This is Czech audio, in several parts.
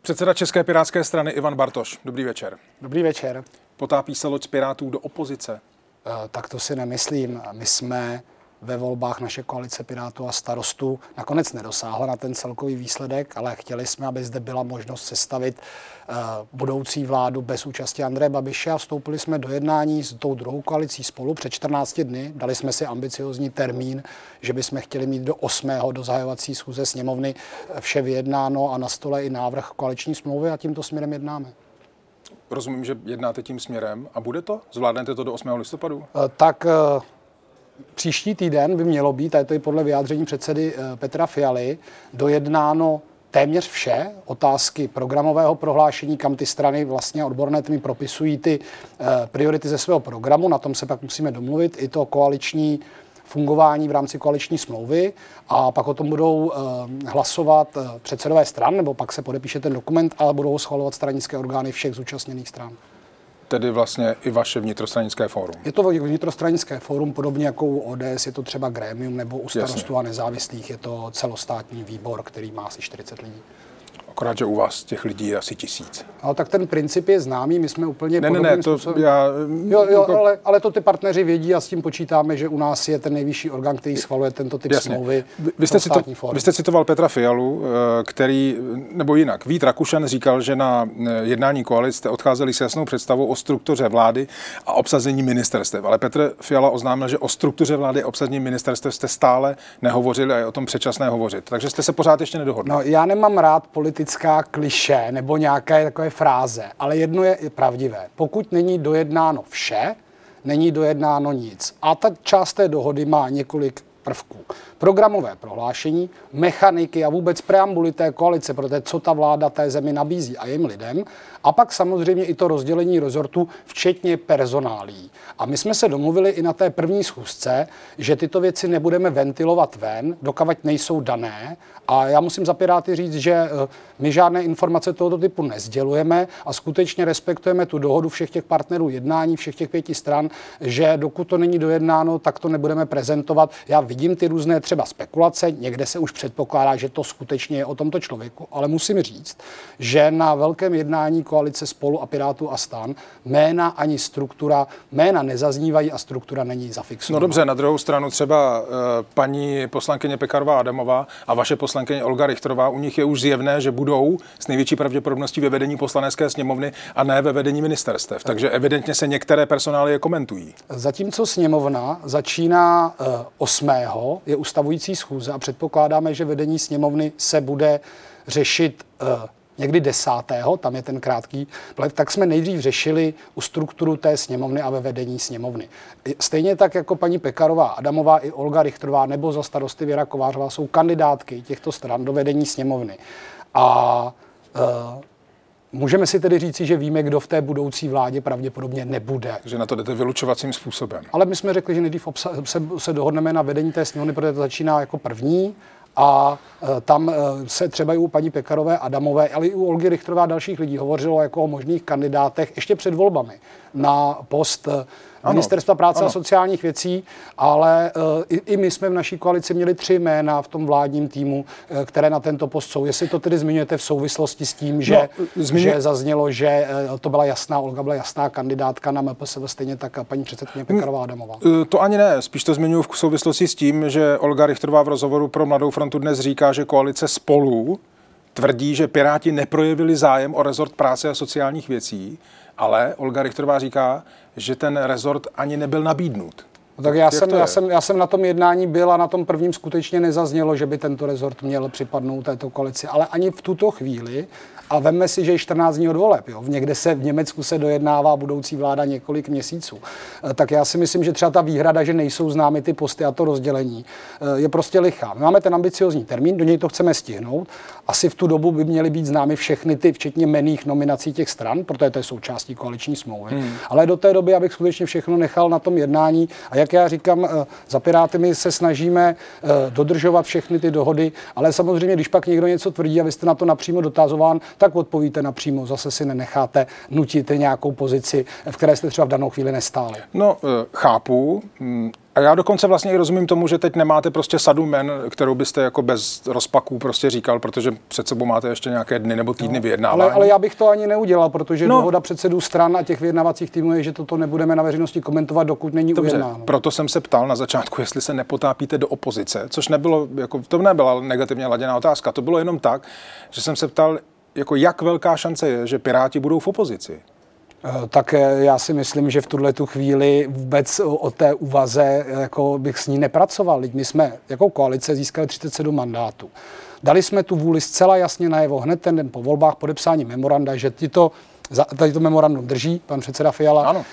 Předseda České pirátské strany Ivan Bartoš. Dobrý večer. Dobrý večer. Potápí se loď z Pirátů do opozice? Tak to si nemyslím. My jsme ve volbách naše koalice Pirátů a Starostů nakonec nedosáhla na ten celkový výsledek, ale chtěli jsme, aby zde byla možnost sestavit budoucí vládu bez účasti Andreje Babiše a vstoupili jsme do jednání s tou druhou koalicí Spolu před 14 dny. Dali jsme si ambiciozní termín, že bychom chtěli mít do 8. do zahajovací schůze sněmovny vše vyjednáno a na stole i návrh koaliční smlouvy a tímto směrem jednáme. Rozumím, že jednáte tím směrem. A bude to? Zvládnete to do 8. listopadu? Příští týden by mělo být, a je to i podle vyjádření předsedy Petra Fialy, dojednáno téměř vše, otázky programového prohlášení, kam ty strany vlastně odborné týmy propisují ty priority ze svého programu, na tom se pak musíme domluvit, i to koaliční fungování v rámci koaliční smlouvy a pak o tom budou hlasovat předsedové stran, nebo pak se podepíše ten dokument, ale budou ho schvalovat stranické orgány všech zúčastněných stran. Tedy vlastně i vaše vnitrostranické fórum. Je to vnitrostranické fórum, podobně jako u ODS, je to třeba grémium, nebo u Starostů a nezávislých je to celostátní výbor, který má asi 40 lidí. Akorát, že u vás těch lidí je asi 1000. Ale tak ten princip je známý, my jsme úplně podobným způsobem. Ale to ty partneři vědí a s tím počítáme, že u nás je ten nejvyšší orgán, který schvaluje tento typ smlouvy. Vy jste citoval Petra Fialu, který, nebo jinak, Vít Rakušan říkal, že na jednání koalice jste odcházeli s jasnou představou o struktuře vlády a obsazení ministerstev. Ale Petr Fiala oznámil, že o struktuře vlády a obsazení ministerstev jste stále nehovořili a je o tom předčasné hovořit. Takže jste se pořád ještě nedohodli. No, já nemám rád politická klišé nebo nějaké takové fráze, ale jedno je pravdivé. Pokud není dojednáno vše, není dojednáno nic. A ta část té dohody má několik prvků. Programové prohlášení, mechaniky a vůbec preambuly té koalice, protože co ta vláda té zemi nabízí a jejím lidem. A pak samozřejmě i to rozdělení rezortu, včetně personálí. A my jsme se domluvili i na té první schůzce, že tyto věci nebudeme ventilovat ven, dokavať nejsou dané. A já musím za Piráty říct, že my žádné informace tohoto typu nezdělujeme a skutečně respektujeme tu dohodu všech těch partnerů jednání, všech těch 5 stran, že dokud to není dojednáno, tak to nebudeme prezentovat. Já vidím ty různé třeba spekulace, někde se už předpokládá, že to skutečně je o tomto člověku, ale musím říct, že na velkém jednání koalice Spolu a Pirátů a STAN jména nezaznívají a struktura není zafixovaná. No dobře, na druhou stranu třeba paní poslankyně Pekarová Adamová a vaše poslankyně Olga Richterová, u nich je už zjevné, že budou s největší pravděpodobností ve vedení Poslanecké sněmovny a ne ve vedení ministerstev. Takže evidentně se některé personály komentují. Zatímco sněmovna začíná 8. je ustavující schůze a předpokládáme, že vedení sněmovny se bude řešit někdy 10. tam je ten krátký plev, tak jsme nejdřív řešili u strukturu té sněmovny a ve vedení sněmovny. Stejně tak jako paní Pekarová Adamová i Olga Richterová nebo za Starosty Věra Kovářová jsou kandidátky těchto stran do vedení sněmovny. A můžeme si tedy říci, že víme, kdo v té budoucí vládě pravděpodobně nebude. Že na to jdete vylučovacím způsobem. Ale my jsme řekli, že nejdřív se dohodneme na vedení té sněmovny, protože to začíná jako první. A tam se třeba i u paní Pekarové Adamové, ale i u Olgy Richterové a dalších lidí hovořilo jako o možných kandidátech ještě před volbami na post Ministerstva práce a sociálních věcí, ale i my jsme v naší koalici měli 3 jména v tom vládním týmu, které na tento post jsou. Jestli to tedy zmiňujete v souvislosti s tím, že zaznělo, že to byla jasná, Olga byla jasná kandidátka na MPSV, stejně tak a paní předsedkyně Pekarová Adamová. To ani ne, spíš to zmiňuji v souvislosti s tím, že Olga Richterová v rozhovoru pro Mladou frontu dnes říká, že koalice Spolu tvrdí, že Piráti neprojevili zájem o rezort práce a sociálních věcí, ale Olga Richterová říká, že ten rezort ani nebyl nabídnut. Tak já jsem na tom jednání byl a na tom prvním skutečně nezaznělo, že by tento rezort měl připadnout této koalici, ale ani v tuto chvíli. A vemme si, že je 14 dní od voleb. Jo. V Německu se dojednává budoucí vláda několik měsíců. Tak já si myslím, že třeba ta výhrada, že nejsou známy ty posty a to rozdělení, je prostě lichá. My máme ten ambiciozní termín, do něj to chceme stihnout. Asi v tu dobu by měly být známy všechny ty, včetně jmenných nominací těch stran, protože to je součástí koaliční smlouvy. Ale do té doby, abych skutečně všechno nechal na tom jednání. A jak já říkám, za Piráty my se snažíme dodržovat všechny ty dohody, ale samozřejmě, když pak někdo něco tvrdí a vy jste na to napřímo dotazován, tak odpovíte napřímo, zase si nenecháte nutit nějakou pozici, v které jste třeba v danou chvíli nestáli. No, chápu. A já dokonce vlastně i rozumím tomu, že teď nemáte prostě sadu men, kterou byste jako bez rozpaků prostě říkal, protože před sebou máte ještě nějaké dny nebo týdny vyjednávání. Ale já bych to ani neudělal, protože dohoda předsedů stran a těch vyjednávacích týmů je, že toto nebudeme na veřejnosti komentovat, dokud není ujednáno. Proto jsem se ptal na začátku, jestli se nepotápíte do opozice, což nebylo, jako, to nebyla negativně laděná otázka, to bylo jenom tak, že jsem se ptal, jako jak velká šance je, že Piráti budou v opozici. Tak já si myslím, že v tuhletu chvíli vůbec o té úvaze jako bych s ní nepracoval. My jsme jako koalice získali 37 mandátů. Dali jsme tu vůli zcela jasně najevo hned ten den po volbách podepsání memoranda, že tady to memorandum drží pan předseda Fiala,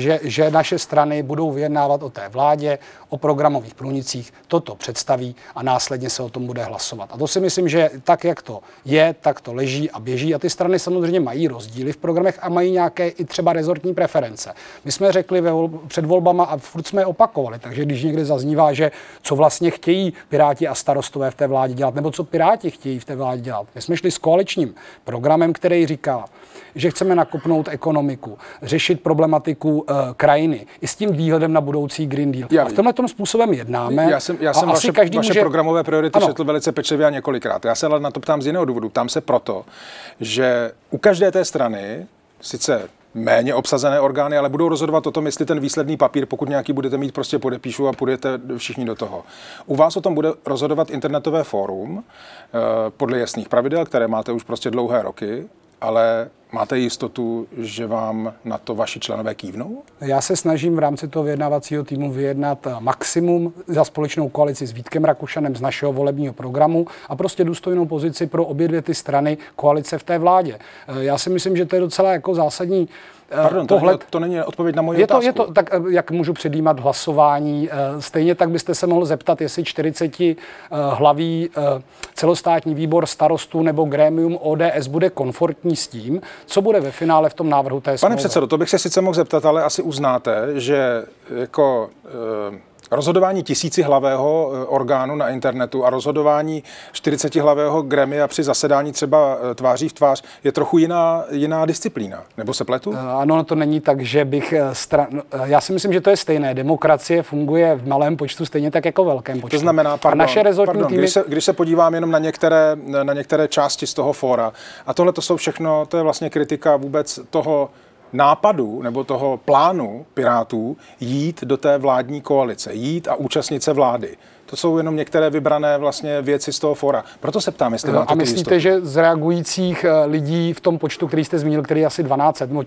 že naše strany budou vyjednávat o té vládě, o programových průnicích, toto představí a následně se o tom bude hlasovat. A to si myslím, že tak, jak to je, tak to leží a běží. A ty strany samozřejmě mají rozdíly v programech a mají nějaké i třeba rezortní preference. My jsme řekli před volbama a furt jsme je opakovali, takže když někde zaznívá, že co vlastně chtějí Piráti a Starostové v té vládě dělat, nebo co Piráti chtějí v té vládě dělat. My jsme šli s koaličním programem, který říká, že chceme nakopnout ekonomiku, řešit problematiku krajiny i s tím výhledem na budoucí Green Deal. A v tomhle způsobem jednáme. Já jsem vaše programové priority četl velice pečlivě a několikrát. Já se ale na to ptám z jiného důvodu. Ptám se proto, že u každé té strany, sice méně obsazené orgány, ale budou rozhodovat o tom, jestli ten výsledný papír, pokud nějaký budete mít, prostě podepíšu a půjdete všichni do toho. U vás o tom bude rozhodovat internetové fórum podle jasných pravidel, které máte už prostě dlouhé roky, ale máte jistotu, že vám na to vaši členové kývnou? Já se snažím v rámci toho vyjednávacího týmu vyjednat maximum za společnou koalici s Vítkem Rakušanem z našeho volebního programu a prostě důstojnou pozici pro obě dvě ty strany koalice v té vládě. Já si myslím, že to je docela jako zásadní pohled. To není odpověď na moji otázku. Je to tak, jak můžu předjímat hlasování. Stejně tak byste se mohl zeptat, jestli 40 hlaví celostátní výbor starostů nebo grémium ODS bude komfortní s tím, co bude ve finále v tom návrhu té smlouvy. Pane předsedo, to bych se sice mohl zeptat, ale asi uznáte, že jako rozhodování 1000hlavého orgánu na internetu a rozhodování 40hlavého gremia při zasedání třeba tváří v tvář je trochu jiná disciplína. Nebo se pletu? Ano, to není tak, že bych... Já si myslím, že to je stejné. Demokracie funguje v malém počtu stejně tak jako velkém počtu. To znamená, naše rezortní týmy... když se podívám jenom na některé části z toho fóra, a tohle to jsou všechno, to je vlastně kritika vůbec toho nápadu nebo toho plánu Pirátů jít do té vládní koalice, jít a účastnit se vlády. To jsou jenom některé vybrané vlastně věci z toho fóra. Proto se ptám, jestli máte a myslíte, že z reagujících lidí v tom počtu, který jste zmínil, který je asi 1200 nebo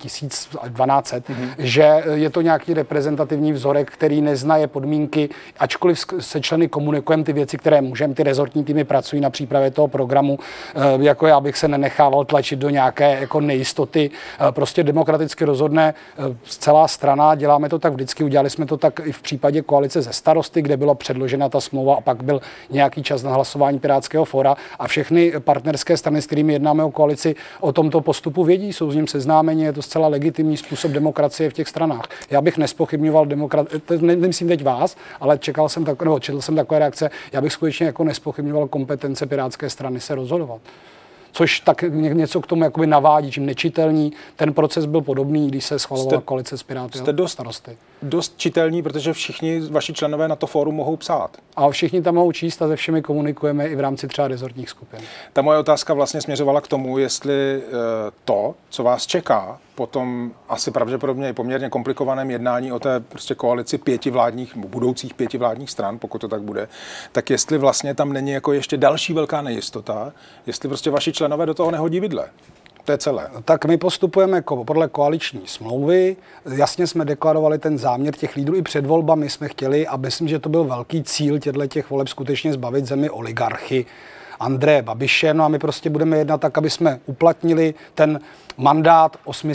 1200, že je to nějaký reprezentativní vzorek, který neznaje podmínky, ačkoliv se členy komunikujeme ty věci, které můžeme, ty rezortní týmy pracují na přípravě toho programu, jako já bych se nenechával tlačit do nějaké jako nejistoty. Prostě demokraticky rozhodne celá strana, děláme to tak vždycky, udělali jsme to tak i v případě koalice ze Starosty, kde byla předložena ta smlouva a pak byl nějaký čas na hlasování Pirátského fóra a všechny partnerské strany, s kterými jednáme o koalici, o tomto postupu vědí, jsou s ním seznámeni, je to zcela legitimní způsob demokracie v těch stranách. Já bych nespochybňoval nemyslím teď vás, ale četl jsem takové reakce, já bych skutečně jako nespochybňoval kompetence Pirátské strany se rozhodovat. Což tak něco k tomu jakoby navádí, čím nečitelný. Ten proces byl podobný, když se schvalovala koalice s Piráty a Starosty. Dost čitelný, protože všichni vaši členové na to fórum mohou psát. A všichni tam mohou číst a se všemi komunikujeme i v rámci třeba rezortních skupin. Ta moje otázka vlastně směřovala k tomu, jestli to, co vás čeká, potom asi pravděpodobně i poměrně komplikovaném jednání o té prostě koalici 5 vládních, budoucích 5 vládních stran, pokud to tak bude, tak jestli vlastně tam není jako ještě další velká nejistota, jestli prostě vaši členové do toho nehodí vidle. To je celé. Tak my postupujeme podle koaliční smlouvy. Jasně jsme deklarovali ten záměr těch lídrů i před volbami. Jsme chtěli a myslím, že to byl velký cíl těch voleb skutečně zbavit zemi oligarchy Andreje Babiše. No a my prostě budeme jednat tak, aby jsme uplatnili ten mandát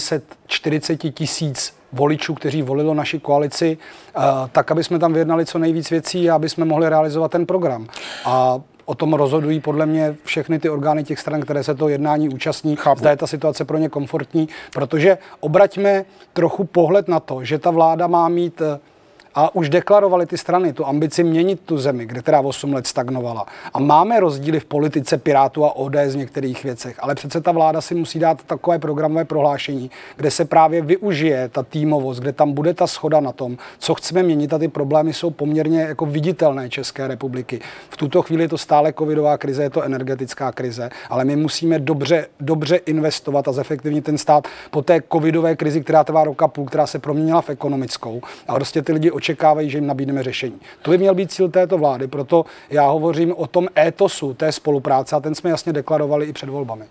840 000 voličů, kteří volilo naši koalici, tak, aby jsme tam vyjednali co nejvíc věcí a aby jsme mohli realizovat ten program. A o tom rozhodují podle mě všechny ty orgány těch stran, které se toho jednání účastní. Zda je ta situace pro ně komfortní, protože obraťme trochu pohled na to, že ta vláda má mít A už deklarovali ty strany tu ambici měnit tu zemi, kde teda 8 let stagnovala. A máme rozdíly v politice Pirátů a ODS v některých věcech, ale přece ta vláda si musí dát takové programové prohlášení, kde se právě využije ta týmovost, kde tam bude ta shoda na tom, co chceme měnit, a ty problémy jsou poměrně jako viditelné České republiky. V tuto chvíli je to stále covidová krize, je to energetická krize, ale my musíme dobře investovat a zefektivnit ten stát po té covidové krizi, která trvá rok a půl, která se proměnila v ekonomickou, a prostě ty lidi očekávají, že jim nabídneme řešení. To by měl být cíl této vlády, proto já hovořím o tom étosu té spolupráce a ten jsme jasně deklarovali i před volbami.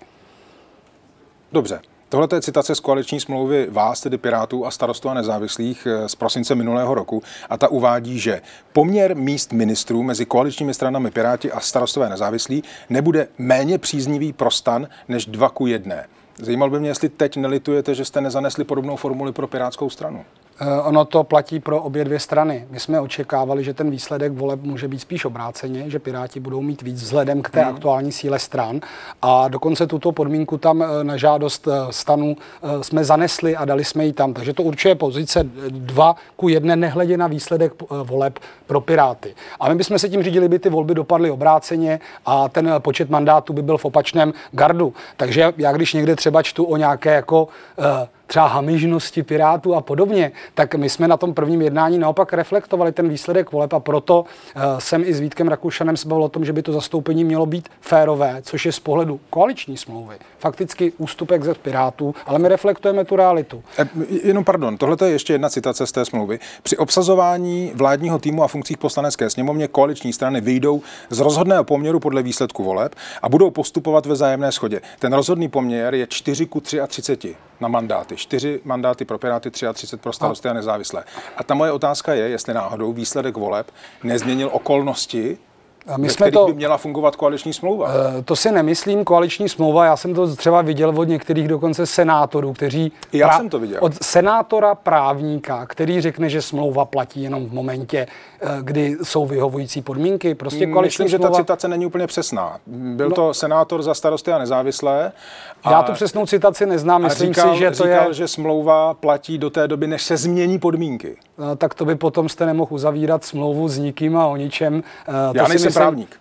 Dobře. Tohle je citace z koaliční smlouvy vás, tedy Pirátů a Starostů a nezávislých z prosince minulého roku, a ta uvádí, že poměr míst ministrů mezi koaličními stranami Piráti a Starostové a nezávislí nebude méně příznivý pro STAN než 2:1. Zajímalo by mě, jestli teď nelitujete, že jste nezanesli podobnou formuli pro Pirátskou stranu. Ono to platí pro obě dvě strany. My jsme očekávali, že ten výsledek voleb může být spíš obráceně, že Piráti budou mít víc vzhledem k té aktuální síle stran. A dokonce tuto podmínku tam na žádost STANu jsme zanesli a dali jsme ji tam. Takže to určuje pozice 2:1, nehledě na výsledek voleb pro Piráty. A my bychom se tím řídili, by ty volby dopadly obráceně a ten počet mandátů by byl v opačném gardu. Takže já když někde třeba čtu o nějaké jako třeba hamižnosti Pirátů a podobně, tak my jsme na tom prvním jednání naopak reflektovali ten výsledek voleb a proto jsem i s Vítkem Rakušanem se bavil o tom, že by to zastoupení mělo být férové, což je z pohledu koaliční smlouvy fakticky ústupek ze Pirátů, ale my reflektujeme tu realitu. Jenom pardon, tohle je ještě jedna citace z té smlouvy. Při obsazování vládního týmu a funkcí v Poslanecké sněmovně koaliční strany vyjdou z rozhodného poměru podle výsledku voleb a budou postupovat ve vzájemné shodě. Ten rozhodný poměr je 4:33 na mandáty. 4 mandáty pro Piráty, 33 pro Starosty a nezávislé. A ta moje otázka je, jestli náhodou výsledek voleb nezměnil okolnosti, ve kterých by měla fungovat koaliční smlouva. To si nemyslím, koaliční smlouva, já jsem to třeba viděl od některých dokonce senátorů, kteří... Já jsem to viděl. Od senátora právníka, který řekne, že smlouva platí jenom v momentě, kdy jsou vyhovující podmínky. Prostě koaliční Myslím, smlouva... že ta citace není úplně přesná. Byl to senátor za Starosty a nezávislé. Já tu přesnou citaci neznám, myslím si, že to říkal, že smlouva platí do té doby, než se změní podmínky. Tak to by potom jste nemohl uzavírat smlouvu s nikým a o ničem. Já nejsem právník.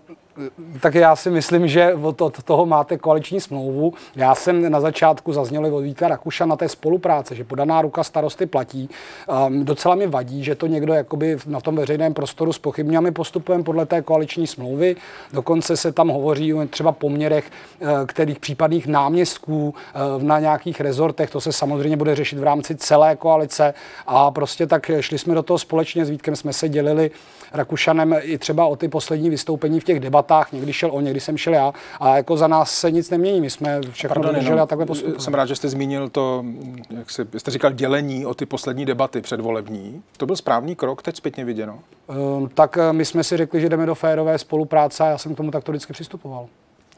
Tak já si myslím, že od toho máte koaliční smlouvu. Já jsem na začátku zazněl od Víta Rakušana na té spolupráce, že podaná ruka starosty platí. Docela mi vadí, že to někdo jakoby na tom veřejném prostoru zpochybňuje. My postupujeme podle té koaliční smlouvy. Dokonce se tam hovoří o třeba poměrech, kterých případných náměstků na nějakých rezortech. To se samozřejmě bude řešit v rámci celé koalice. A prostě tak šli jsme do toho společně s Vítkem, jsme se dělili Rakušanem i třeba o ty poslední vystoupení v těch debatách. Někdy šel on, někdy jsem šel já. A jako za nás se nic nemění. My jsme všechno dodrželi a takhle postupujeme. Jsem rád, že jste zmínil to, jak jste říkal, dělení o ty poslední debaty předvolební. To byl správný krok, teď zpětně viděno? Tak my jsme si řekli, že jdeme do férové spolupráce a já jsem k tomu takto vždycky přistupoval.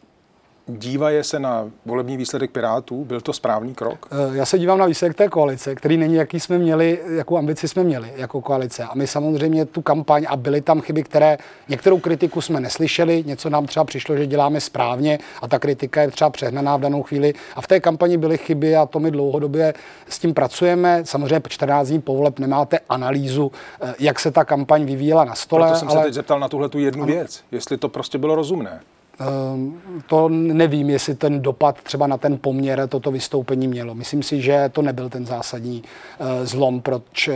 Dívaje se na volební výsledek Pirátů, byl to správný krok? Já se dívám na výsledek té koalice, který není, jaký jsme měli, jakou ambici jsme měli jako koalice. A my samozřejmě tu kampaň, a byly tam chyby, které některou kritiku jsme neslyšeli, něco nám třeba přišlo, že děláme správně a ta kritika je třeba přehnaná v danou chvíli. A v té kampani byly chyby a to my dlouhodobě s tím pracujeme. Samozřejmě po 14 dní po voleb nemáte analýzu, jak se ta kampaň vyvíjela na stole. Proto jsem se teď zeptal na tuhle tu jednu věc, jestli to prostě bylo rozumné. To nevím, jestli ten dopad třeba na ten poměr toto vystoupení mělo. Myslím si, že to nebyl ten zásadní zlom, proč...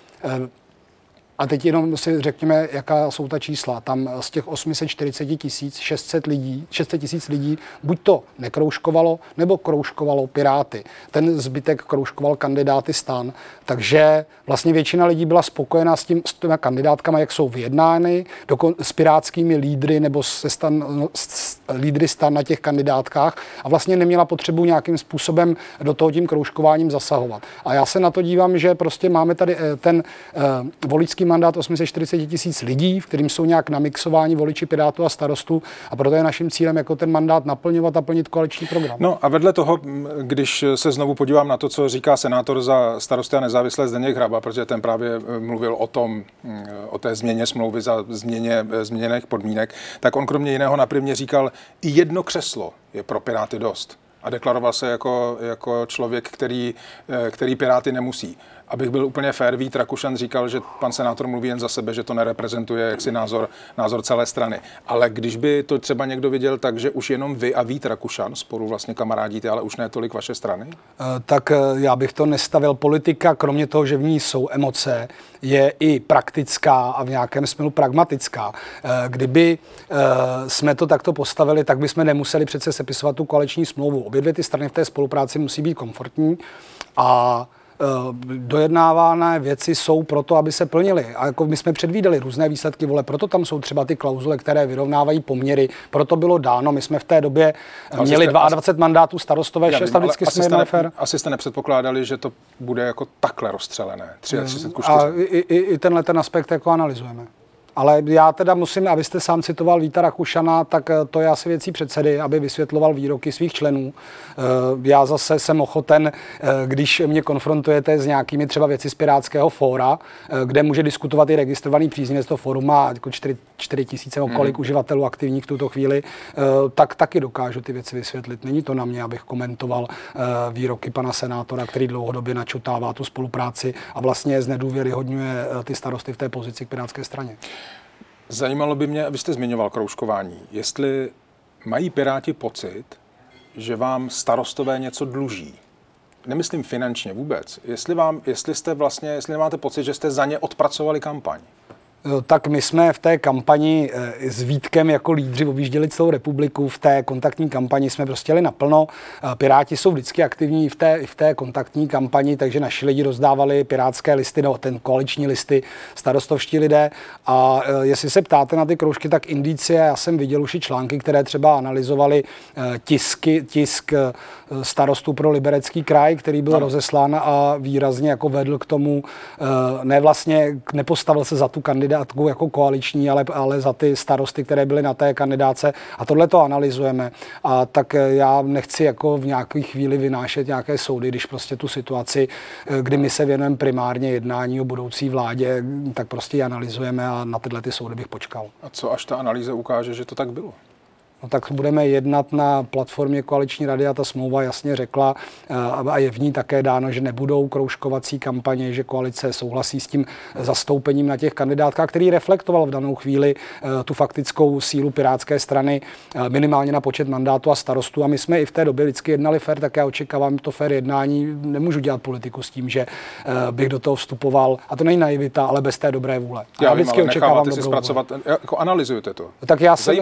A teď jenom si řekněme, jaká jsou ta čísla. Tam z těch 840 000 600 000 lidí buď to nekroužkovalo, nebo kroužkovalo Piráty. Ten zbytek kroužkoval kandidáty STAN. Takže vlastně většina lidí byla spokojená s těmi kandidátkami, jak jsou vyjednány, s pirátskými lídry nebo lídry STAN na těch kandidátkách a vlastně neměla potřebu nějakým způsobem do toho tím kroužkováním zasahovat. A já se na to dívám, že prostě máme tady ten voličský mandát 840 000 lidí, v kterým jsou nějak namixováni voliči Pirátů a Starostů a proto je naším cílem jako ten mandát naplňovat a plnit koaliční program. No a vedle toho, když se znovu podívám na to, co říká senátor za Starosty a nezávislé Zdeněk Hraba, protože ten právě mluvil o té změně smlouvy za změněných podmínek, tak on kromě jiného na Primě říkal, i jedno křeslo je pro Piráty dost. A deklaroval se jako člověk, který Piráty nemusí. abych byl úplně fér, Vít Rakušan říkal, že pan senátor mluví jen za sebe, že to nereprezentuje jaksi názor celé strany. Ale když by to třeba někdo viděl tak, že už jenom vy a Vít Rakušan spolu vlastně kamarádíte, ale už ne tolik vaše strany? Tak já bych to nestavil. Politika, kromě toho, že v ní jsou emoce, je i praktická a v nějakém smyslu pragmatická. Kdyby jsme to takto postavili, tak bychom nemuseli přece sepisovat tu koaliční smlouvu. Obě dvě ty strany v té spolupráci musí být komfortní a dojednávané věci jsou proto, aby se plnily. A jako my jsme předvídali různé výsledky voleb, proto tam jsou třeba ty klauzule, které vyrovnávají poměry. Proto bylo dáno, my jsme v té době měli 22 mandátů starostové, 6 a vždycky jsme jednali fér. Asi jste nepředpokládali, že to bude jako takhle rozstřelené. 33 ku 4. A i tenhle ten aspekt jako analyzujeme. Ale já teda musím, abyste sám citoval Víta Rakušana, tak to je asi věcí předsedy, aby vysvětloval výroky svých členů. Já zase jsem ochoten, když mě konfrontujete s nějakými třeba věci z Pirátského fóra, kde může diskutovat i registrovaný příznivec, to fórum má jako 4 tisíce kolik uživatelů aktivních v tuto chvíli, tak taky dokážu ty věci vysvětlit. Není to na mě, abych komentoval výroky pana senátora, který dlouhodobě načutává tu spolupráci a vlastně znedůvěryhodňuje ty starosty v té pozici k pirátské straně. Zajímalo by mě, vy jste zmiňoval kroužkování, jestli mají Piráti pocit, že vám starostové něco dluží. Nemyslím finančně vůbec. Jestli nemáte pocit, že jste za ně odpracovali kampaň. Tak my jsme v té kampani s Vítkem jako lídři objížděli celou republiku. V té kontaktní kampani jsme prostě jeli naplno. Piráti jsou vždycky aktivní v té kontaktní kampani, takže naši lidi rozdávali pirátské listy, nebo ten koaliční listy, starostovští lidé. A jestli se ptáte na ty kroužky, tak indicie, já jsem viděl už i články, které třeba analyzovali tisk starostů pro Liberecký kraj, který byl rozeslán a výrazně jako vedl k tomu, nepostavil se za tu kandidátku jako koaliční, ale za ty starosty, které byly na té kandidáce. A tohle to analyzujeme. A tak já nechci jako v nějaké chvíli vynášet nějaké soudy, když prostě tu situaci, kdy my se věnujeme primárně jednání o budoucí vládě, tak prostě ji analyzujeme a na tyhle ty soudy bych počkal. A co až ta analýza ukáže, že to tak bylo? No tak budeme jednat na platformě koaliční rady a ta smlouva jasně řekla a je v ní také dáno, že nebudou kroužkovací kampaně, že koalice souhlasí s tím zastoupením na těch kandidátkách, který reflektoval v danou chvíli tu faktickou sílu pirátské strany minimálně na počet mandátů a starostů. A my jsme i v té době vždycky jednali fér, tak já očekávám to fér jednání. Nemůžu dělat politiku s tím, že bych do toho vstupoval, a to není naivita, ale bez té dobré vůle. Já vždycky očekávám si zpracovat, jako analyzujete to. Tak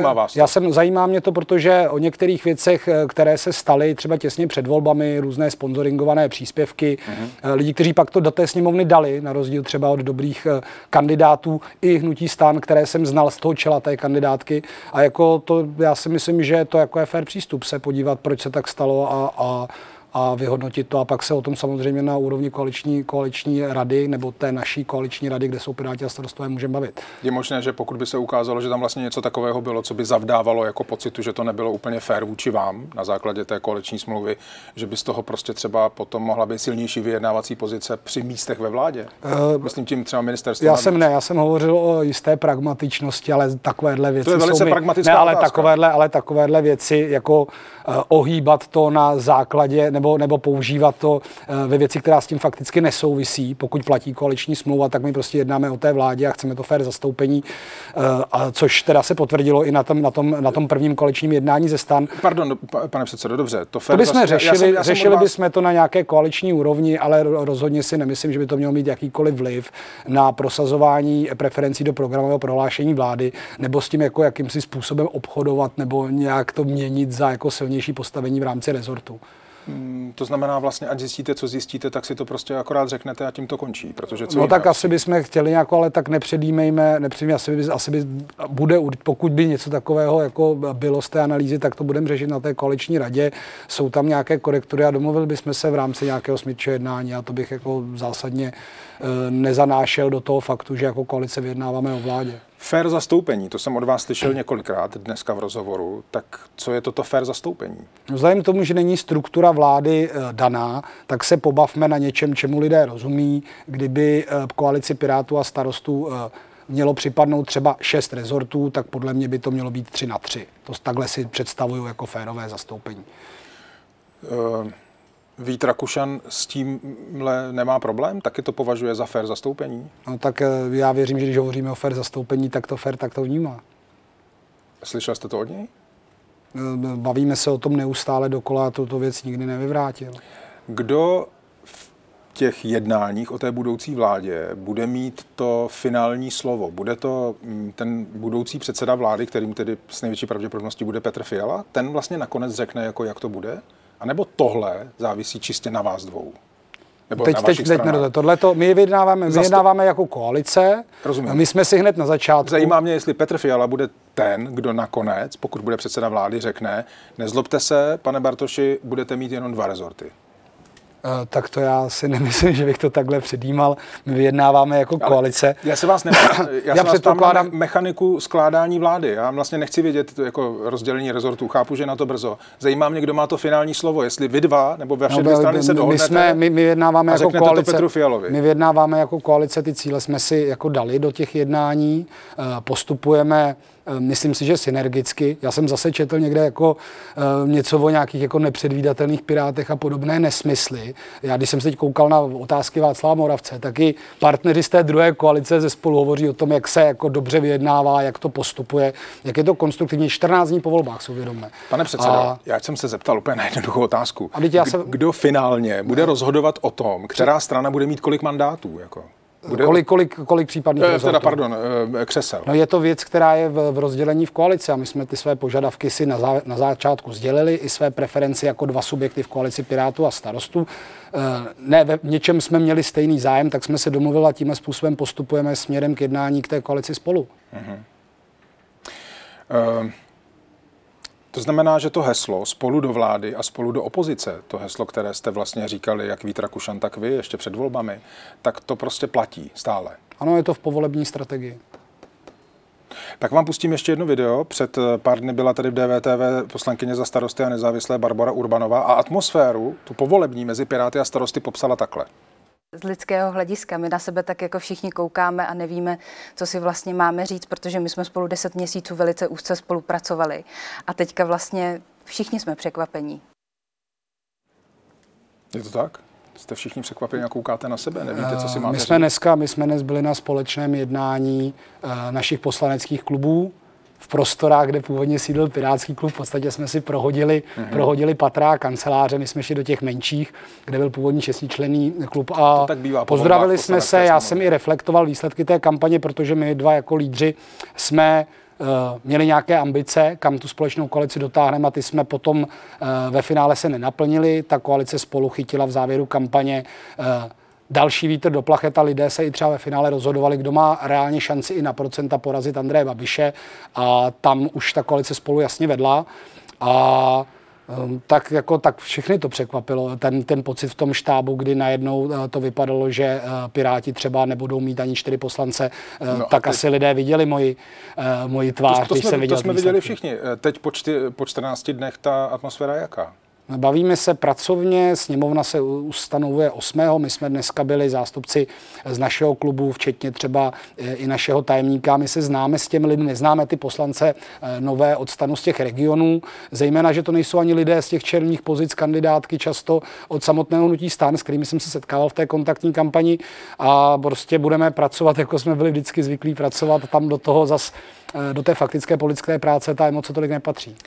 zajímá mě to, protože o některých věcech, které se staly třeba těsně před volbami, různé sponzoringované příspěvky, lidi, kteří pak to do té sněmovny dali, na rozdíl třeba od dobrých kandidátů i hnutí STAN, které jsem znal z toho čela té kandidátky. A jako to, já si myslím, že to jako je fér přístup se podívat, proč se tak stalo a vyhodnotit to a pak se o tom samozřejmě na úrovni koaliční rady nebo té naší koaliční rady, kde jsou Piráti a starostové, můžeme bavit. Je možné, že pokud by se ukázalo, že tam vlastně něco takového bylo, co by zavdávalo jako pocitu, že to nebylo úplně fér vůči vám na základě té koaliční smlouvy, že by z toho prostě třeba potom mohla být silnější vyjednávací pozice při místech ve vládě? Myslím tím třeba ministerstvo. Já jsem hovořil o jisté pragmatičnosti, ale takovéhle věci to je velice pragmatická otázka. ale takovéhle věci jako ohýbat to na základě nebo používat to ve věci, která s tím fakticky nesouvisí. Pokud platí koaliční smlouva, tak my prostě jednáme o té vládě a chceme to fér zastoupení, což teda se potvrdilo i na tom prvním koaličním jednání ze STAN. Pardon, pane předsedo, dobře. To bychom řešili bychom to na nějaké koaliční úrovni, ale rozhodně si nemyslím, že by to mělo mít jakýkoliv vliv na prosazování preferencí do programového prohlášení vlády, nebo s tím jako jakýmsi způsobem obchodovat nebo nějak to měnit za jako silnější postavení v rámci rezortu. To znamená vlastně, ať zjistíte, co zjistíte, tak si to prostě akorát řeknete a tím to končí, protože co no tak asi bychom chtěli nějako, ale tak nepředjímejme, asi by bude, pokud by něco takového jako bylo z té analýzy, tak to budeme řešit na té koaliční radě. Jsou tam nějaké korektury a domluvili bychom se v rámci nějakého smírčího jednání a to bych jako zásadně nezanášel do toho faktu, že jako koalice vyjednáváme o vládě. Fér zastoupení, to jsem od vás slyšel několikrát dneska v rozhovoru, tak co je toto fér zastoupení? Vzhledem k tomu, že není struktura vlády daná, tak se pobavme na něčem, čemu lidé rozumí. Kdyby koalici Pirátů a starostů mělo připadnout třeba 6 rezortů, tak podle mě by to mělo být 3-3. To takhle si představuju jako férové zastoupení. Vít Rakušan s tímhle nemá problém? Taky to považuje za fair zastoupení? No tak já věřím, že když hovoříme o fair zastoupení, tak to fair tak to vnímá. Slyšel jste to od něj? Bavíme se o tom neustále dokola a tuto věc nikdy nevyvrátil. Kdo v těch jednáních o té budoucí vládě bude mít to finální slovo? Bude to ten budoucí předseda vlády, kterým tedy s největší pravděpodobností bude Petr Fiala? Ten vlastně nakonec řekne, jako jak to bude? A nebo tohle závisí čistě na vás dvou? Nebo teď tohleto, my vyjednáváme jako koalice. Rozumím. My jsme si hned na začátku. Zajímá mě, jestli Petr Fiala bude ten, kdo nakonec, pokud bude předseda vlády, řekne, nezlobte se, pane Bartoši, budete mít jenom 2 rezorty. Tak to já si nemyslím, že bych to takhle předjímal. My vyjednáváme jako koalice. Já se vás předpokládám mechaniku skládání vlády. Já vlastně nechci vědět to jako rozdělení rezortů. Chápu, že na to brzo. Zajímá mě, kdo má to finální slovo. Jestli vy dva nebo vaše dvě strany se dohodnete. My vyjednáváme jako koalice. Petru Fialovi. My vyjednáváme jako koalice, ty cíle jsme si jako dali do těch jednání. Postupujeme, myslím si, že synergicky. Já jsem zase četl někde jako něco o nějakých jako nepředvídatelných pirátech a podobné nesmysly. Já když jsem se teď koukal na otázky Václava Moravce, tak i partneři z té druhé koalice ze Spolu hovoří o tom, jak se jako dobře vyjednává, jak to postupuje, jak je to konstruktivní. 14 dní po volbách, si uvědomme. Pane předsedo, já jsem se zeptal úplně na jednoduchou otázku. Kdo finálně bude rozhodovat o tom, která strana bude mít kolik mandátů? Jako? Kolik případných rezortů? Křesel. No je to věc, která je v rozdělení v koalici a my jsme ty své požadavky si na začátku sdělili, i své preferenci jako 2 subjekty v koalici Pirátů a Starostů. Ne, v něčem jsme měli stejný zájem, tak jsme se domluvili a tím způsobem postupujeme směrem k jednání k té koalici Spolu. To znamená, že to heslo Spolu do vlády a Spolu do opozice, to heslo, které jste vlastně říkali, jak Vít Rakušan, tak vy, ještě před volbami, tak to prostě platí stále. Ano, je to v povolební strategii. Tak vám pustím ještě jedno video. Před pár dny byla tady v DVTV poslankyně za Starosty a nezávislé Barbora Urbanová a atmosféru, tu povolební mezi Piráty a Starosty popsala takhle. Z lidského hlediska. My na sebe tak jako všichni koukáme a nevíme, co si vlastně máme říct, protože my jsme spolu 10 měsíců velice úzce spolupracovali. A teďka vlastně všichni jsme překvapení. Je to tak? Jste všichni překvapení a koukáte na sebe? Nevíte, co si máte říct? My jsme dnes byli na společném jednání našich poslaneckých klubů v prostorách, kde původně sídlil Pirátský klub. V podstatě jsme si prohodili patra a kanceláře. My jsme šli do těch menších, kde byl původní 6členný klub a pozdravili jsme se. Já jsem i reflektoval výsledky té kampaně, protože my 2 jako lídři jsme měli nějaké ambice, kam tu společnou koalici dotáhneme a ty jsme potom ve finále se nenaplnili. Ta koalice Spolu chytila v závěru kampaně další vítr do plachet a lidé se i třeba ve finále rozhodovali, kdo má reálně šanci i na procenta porazit Andreje Babiše a tam už ta koalice Spolu jasně vedla a tak všechny to překvapilo. Ten pocit v tom štábu, kdy najednou to vypadalo, že Piráti třeba nebudou mít ani 4 poslance, tak asi lidé viděli moji tvář, když se viděl. To jsme viděli všichni. Teď po 14 dnech ta atmosféra je jaká? Bavíme se pracovně, sněmovna se ustanovuje 8. My jsme dneska byli zástupci z našeho klubu, včetně třeba i našeho tajemníka. My se známe s těmi lidmi, neznáme ty poslance nové od STANu z těch regionů, zejména, že to nejsou ani lidé z těch černých pozic kandidátky, často od samotného hnutí STAN, s kterými jsem se setkával v té kontaktní kampani a prostě budeme pracovat, jako jsme byli vždycky zvyklí pracovat, tam do toho zas, do té faktické politické práce ta emoce tolik nepatří.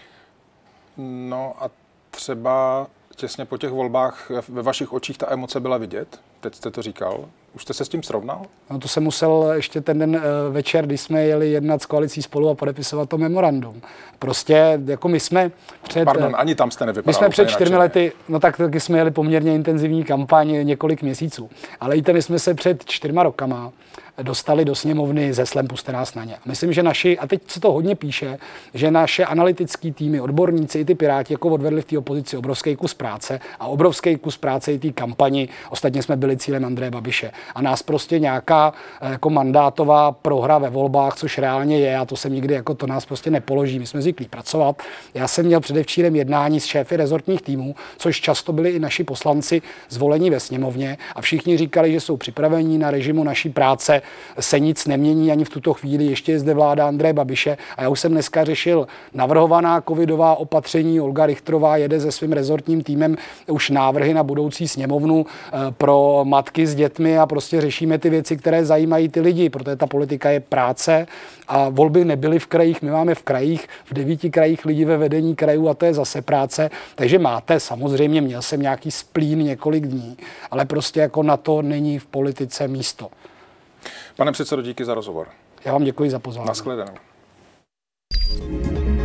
No a třeba těsně po těch volbách ve vašich očích ta emoce byla vidět? Teď jste to říkal. Už jste se s tím srovnal? No to jsem musel ještě ten den večer, když jsme jeli jednat s koalicí Spolu a podepisovat to memorandum. Prostě jako my jsme před... Pardon, ani tam jste nevypadal. My jsme před 4 lety, no tak taky jsme jeli poměrně intenzivní kampaň několik měsíců. Ale víte, my jsme se před 4 rokama dostali do sněmovny se heslem Pusťte nás na ně. Myslím, že a teď se to hodně píše, že naše analytické týmy, odborníci i ty Piráti jako odvedli v té opozici obrovský kus práce a obrovský kus práce i té kampani. Ostatně jsme byli cílem Andreje Babiše. a nás prostě nějaká jako mandátová prohra ve volbách, což reálně je, a to jsem nikdy jako to nás prostě nepoloží. My jsme zvyklí pracovat. Já jsem měl předevčírem jednání s šéfy rezortních týmů, což často byli i naši poslanci zvolení ve sněmovně a všichni říkali, že jsou připraveni na režimu naší práce, se nic nemění ani v tuto chvíli, ještě je zde vláda Andreje Babiše a já už jsem dneska řešil navrhovaná covidová opatření, Olga Richtrová jede se svým rezortním týmem už návrhy na budoucí sněmovnu pro matky s dětmi a prostě řešíme ty věci, které zajímají ty lidi, protože ta politika je práce a volby nebyly v krajích, my máme v krajích, v 9 krajích lidi ve vedení krajů a to je zase práce, takže máte, samozřejmě měl jsem nějaký splín několik dní, ale prostě jako na to není v politice místo. Pane předsedo, díky za rozhovor. Já vám děkuji za pozvání. Naschledanou.